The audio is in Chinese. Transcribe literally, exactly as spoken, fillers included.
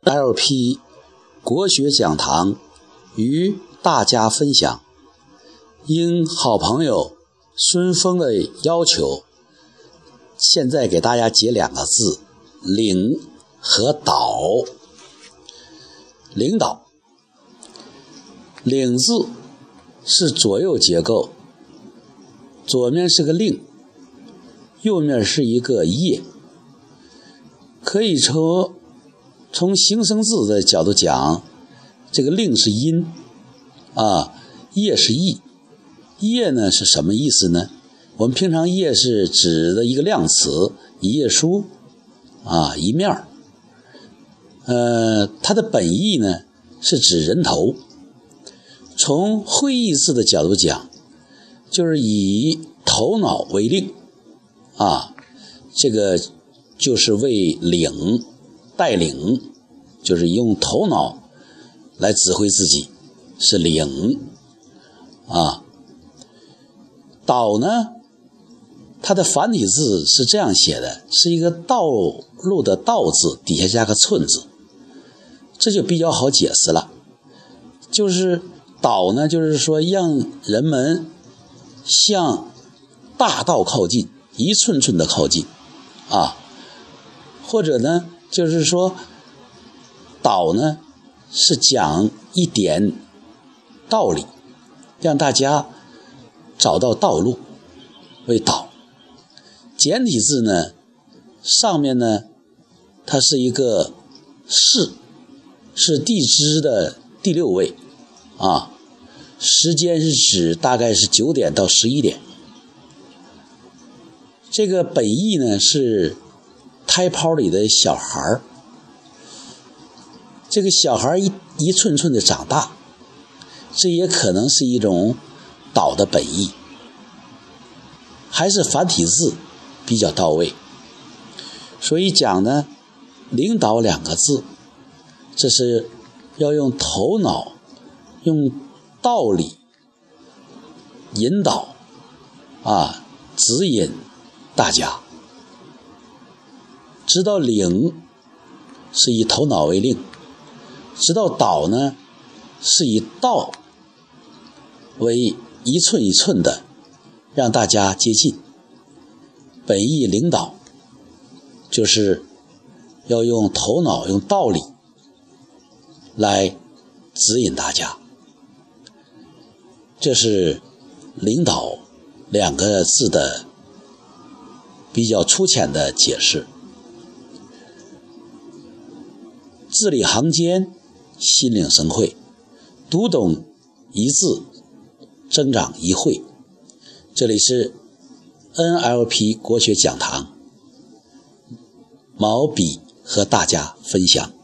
L P 国学讲堂与大家分享，应好朋友孙峰的要求，现在给大家解两个字：领和导。领导，领字是左右结构，左面是个令，右面是一个业。可以从从形声字的角度讲，这个令是音啊，业是意。业呢是什么意思呢？我们平常业是指的一个量词，一页书啊，一面。呃，它的本意呢是指人头。从会意字的角度讲，就是以头脑为令啊，这个就是为领带领，就是用头脑来指挥自己，是领啊。导呢，它的繁体字是这样写的，是一个道路的道字底下加个寸字，这就比较好解释了。就是导呢，就是说让人们向大道靠近，一寸寸的靠近啊。或者呢，就是说导呢是讲一点道理，让大家找到道路为导。简体字呢，上面呢它是一个巳，是地支的第六位啊，时间是指大概是九点到十一点。这个本意呢是胎泡里的小孩，这个小孩一一寸寸的长大，这也可能是一种导的本意，还是繁体字比较到位。所以讲呢，领导两个字，这是要用头脑，用道理引导啊，指引大家。知道领是以头脑为令，知道导呢是以道为一寸一寸的让大家接近。本意领导就是要用头脑用道理来指引大家，这是领导两个字的比较粗浅的解释。字里行间，心领神会，读懂一字，增长一慧。这里是 N L P 国学讲堂，毛笔和大家分享。